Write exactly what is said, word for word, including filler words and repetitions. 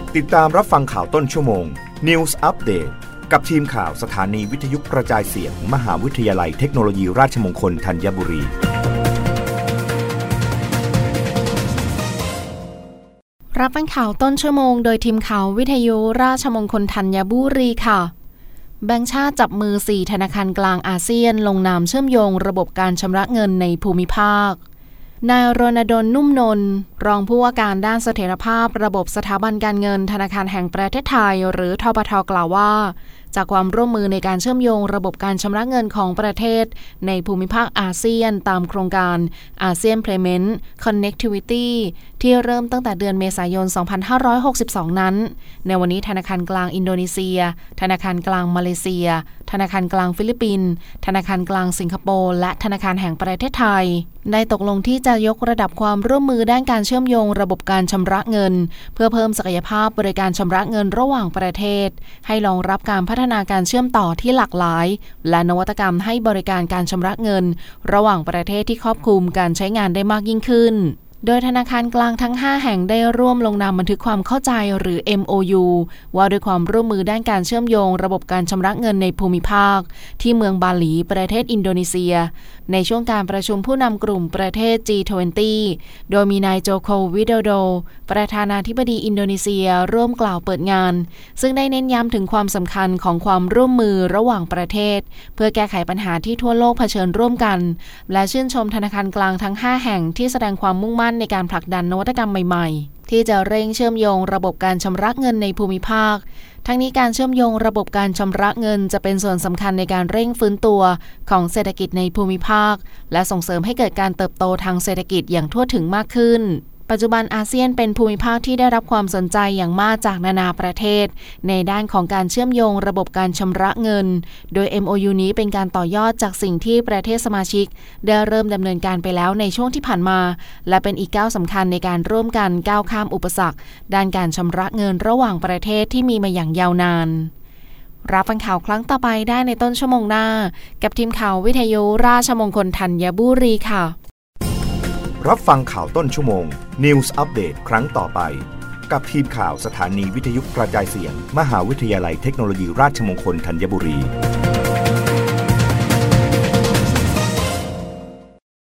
ติดตามรับฟังข่าวต้นชั่วโมง News Update กับทีมข่าวสถานีวิทยุกระจายเสียง มหาวิทยาลัยเทคโนโลยีราชมงคลธัญบุรีรับฟังข่าวต้นชั่วโมงโดยทีมข่าววิทยุราชมงคลธัญบุรีค่ะแบงก์ชาติจับมือสี่ธนาคารกลางอาเซียนลงนามเชื่อมโยงระบบการชำระเงินในภูมิภาคนายรณดลนุ่มนนท์รองผู้ว่าการด้านเสถียรภาพระบบสถาบันการเงินธนาคารแห่งประเทศไทยหรือธปท.กล่าวว่าจากความร่วมมือในการเชื่อมโยงระบบการชำระเงินของประเทศในภูมิภาคอาเซียนตามโครงการ อาเซียน Payment Connectivity ที่เริ่มตั้งแต่เดือนเมษายน สองพันห้าร้อยหกสิบสอง นั้นในวันนี้ธนาคารกลางอินโดนีเซียธนาคารกลางมาเลเซียธนาคารกลางฟิลิปปินส์ธนาคารกลางสิงคโปร์และธนาคารแห่งประเทศไทยได้ตกลงที่จะยกระดับความร่วมมือด้านการเชื่อมโยงระบบการชำระเงินเพื่อเพิ่มศักยภาพบริการชำระเงินระหว่างประเทศให้รองรับการพัฒนาการเชื่อมต่อที่หลากหลายและนวัตกรรมให้บริการการชำระเงินระหว่างประเทศที่ครอบคลุมการใช้งานได้มากยิ่งขึ้นโดยธนาคารกลางทั้งห้าแห่งได้ร่วมลงนามบันทึกความเข้าใจหรือ เอ็ม โอ ยู ว่าด้วยความร่วมมือด้านการเชื่อมโยงระบบการชำระเงินในภูมิภาคที่เมืองบาหลีประเทศอินโดนีเซียในช่วงการประชุมผู้นำกลุ่มประเทศ จี ยี่สิบ โดยมีนายโจโควิโดโดประธานาธิบดีอินโดนีเซียร่วมกล่าวเปิดงานซึ่งได้เน้นย้ำถึงความสำคัญของความร่วมมือระหว่างประเทศเพื่อแก้ไขปัญหาที่ทั่วโลกเผชิญร่วมกันและชื่นชมธนาคารกลางทั้งห้าแห่งที่แสดงความมุ่งมั่นในการผลักดันนวัตกรรมใหม่ๆที่จะเร่งเชื่อมโยงระบบการชำระเงินในภูมิภาคทั้งนี้การเชื่อมโยงระบบการชำระเงินจะเป็นส่วนสำคัญในการเร่งฟื้นตัวของเศรษฐกิจในภูมิภาคและส่งเสริมให้เกิดการเติบโตทางเศรษฐกิจอย่างทั่วถึงมากขึ้นปัจจุบันอาเซียนเป็นภูมิภาคที่ได้รับความสนใจอย่างมากจากนานาประเทศในด้านของการเชื่อมโยงระบบการชำระเงินโดย เอ็ม โอ ยู นี้เป็นการต่อยอดจากสิ่งที่ประเทศสมาชิกได้เริ่มดำเนินการไปแล้วในช่วงที่ผ่านมาและเป็นอีกก้าวสำคัญในการร่วมกันก้าวข้ามอุปสรรคด้านการชำระเงินระหว่างประเทศที่มีมาอย่างยาวนานรับฟังข่าวครั้งต่อไปได้ในต้นชั่วโมงหน้ากับทีมข่าววิทยุราชมงคลธัญบุรีค่ะรับฟังข่าวต้นชั่วโมง News Update ครั้งต่อไปกับทีมข่าวสถานีวิทยุกระจายเสียง มหาวิทยาลัยเทคโนโลยีราชมงคลธัญบุรี